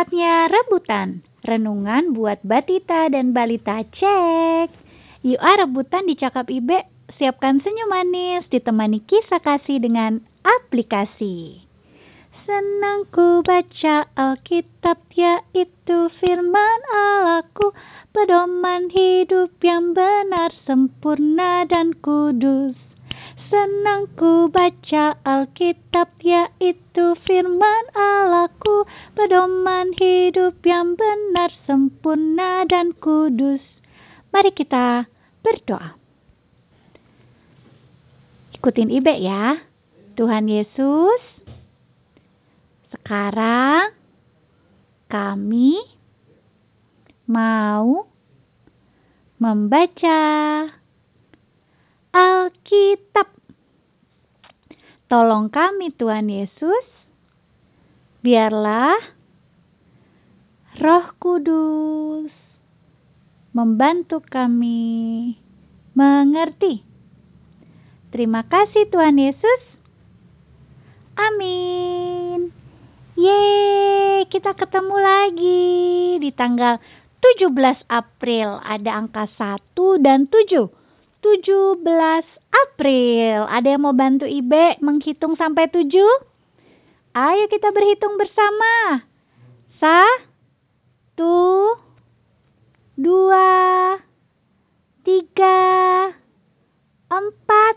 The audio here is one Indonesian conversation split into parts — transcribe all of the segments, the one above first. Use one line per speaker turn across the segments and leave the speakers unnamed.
Saatnya rebutan. Renungan buat batita dan balita, cek. Yuk rebutan di Cakap Ibe. Siapkan senyum manis ditemani kisah kasih dengan aplikasi. Senang ku baca Alkitab, yaitu firman Allahku, pedoman hidup yang benar, sempurna dan kudus. Senang ku baca Alkitab, yaitu firman Allahku, pedoman hidup yang benar, sempurna dan kudus. Mari kita berdoa. Ikutin Ibe ya. Tuhan Yesus, sekarang kami mau membaca Alkitab. Tolong kami Tuhan Yesus, biarlah Roh Kudus membantu kami mengerti. Terima kasih Tuhan Yesus. Amin. Yeay, kita ketemu lagi di tanggal 17 April. Ada angka 1 dan 7. 17 April. Ada yang mau bantu Ibe menghitung sampai 7? Ayo kita berhitung bersama. 1, 2, 3, 4,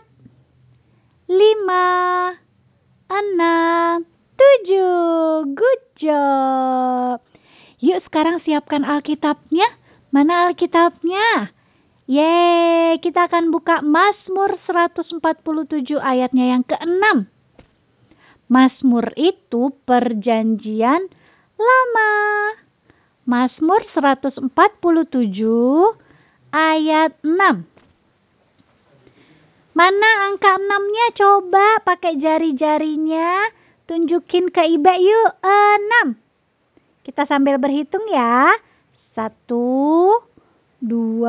5, 6, 7. Good job. Yuk sekarang siapkan Alkitabnya. Mana Alkitabnya? Yeay, kita akan buka Mazmur 147 ayatnya yang ke-6. Mazmur itu perjanjian lama. Mazmur 147 ayat 6. Mana angka 6-nya? Coba pakai jari-jarinya. Tunjukin ke Ibe yuk. 6. Kita sambil berhitung ya. 1, 2,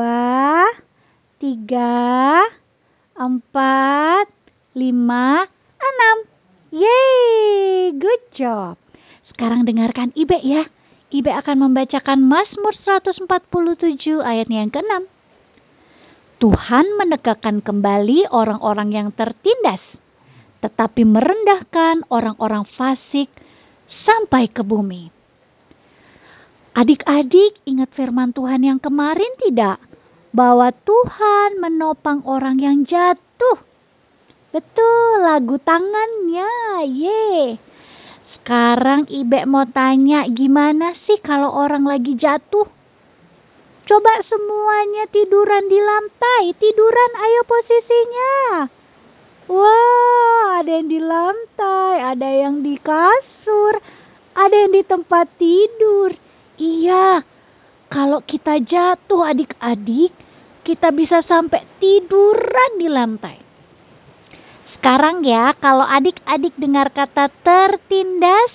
3, 4, 5, 6. Yeay, good job. Sekarang dengarkan Ibe ya. Ibe akan membacakan Mazmur 147 ayatnya yang ke-6. Tuhan menegakkan kembali orang-orang yang tertindas, tetapi merendahkan orang-orang fasik sampai ke bumi. Adik-adik ingat firman Tuhan yang kemarin tidak? Bahwa Tuhan menopang orang yang jatuh. Betul, lagu tangannya. Ye. Sekarang Ibe mau tanya, gimana sih kalau orang lagi jatuh? Coba semuanya tiduran di lantai. Tiduran, ayo posisinya. Wah, ada yang di lantai, ada yang di kasur, ada yang di tempat tidur. Iya, kalau kita jatuh adik-adik, kita bisa sampai tiduran di lantai. Sekarang ya, kalau adik-adik dengar kata tertindas,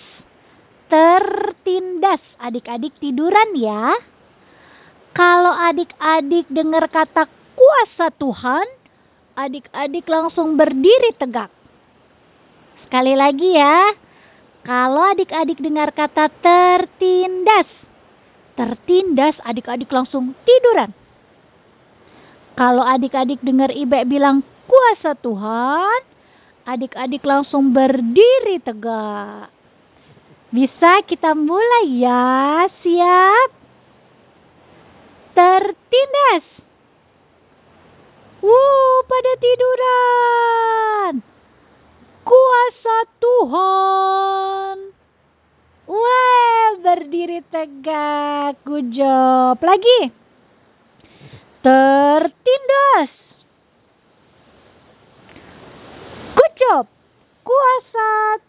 adik-adik tiduran ya. Kalau adik-adik dengar kata kuasa Tuhan, adik-adik langsung berdiri tegak. Sekali lagi ya, kalau adik-adik dengar kata tertindas, adik-adik langsung tiduran. Kalau adik-adik dengar Ibe bilang kuasa Tuhan, adik-adik langsung berdiri tegak. Bisa kita mulai ya, siap? Tertindas. Pada tiduran. Kuasa Tuhan. Berdiri tegak. Good job. Lagi. Tertindas. Good job. Kuasa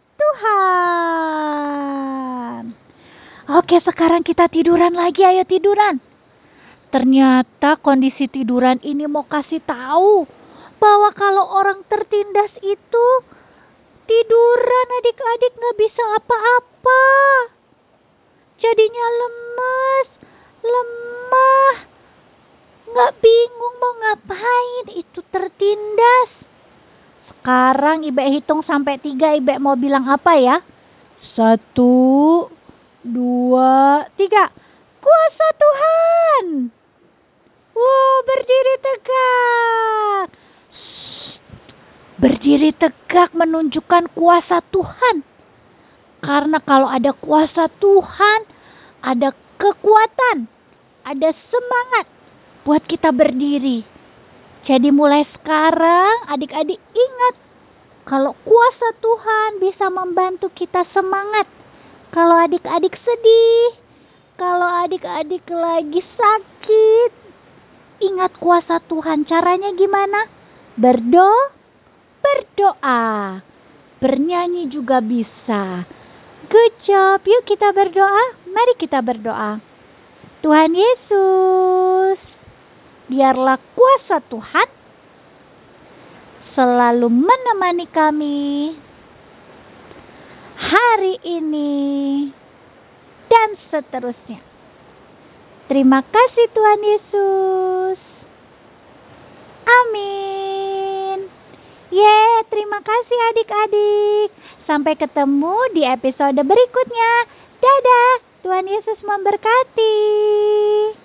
Tuhan. Oke, sekarang kita tiduran lagi. Ayo tiduran. Ternyata kondisi tiduran ini mau kasih tahu bahwa kalau orang tertindas itu tiduran adik-adik gak bisa apa-apa. Jadinya lemes, lemah, gak bingung mau ngapain, itu tertindas. Sekarang Ibe hitung sampai 3, Ibe mau bilang apa ya? 1, 2, 3. Kuasa Tuhan. Wow, berdiri tegak. Berdiri tegak menunjukkan kuasa Tuhan. Karena kalau ada kuasa Tuhan, ada kekuatan, ada semangat buat kita berdiri. Jadi mulai sekarang adik-adik ingat, kalau kuasa Tuhan bisa membantu kita semangat. Kalau adik-adik sedih, kalau adik-adik lagi sakit, ingat kuasa Tuhan. Caranya gimana? Berdoa, bernyanyi juga bisa. Good job. Yuk kita berdoa. Mari kita berdoa. Tuhan Yesus, biarlah kuasa Tuhan selalu menemani kami hari ini dan seterusnya. Terima kasih Tuhan Yesus. Amin. Terima kasih adik-adik. Sampai ketemu di episode berikutnya. Dadah. Tuhan Yesus memberkati.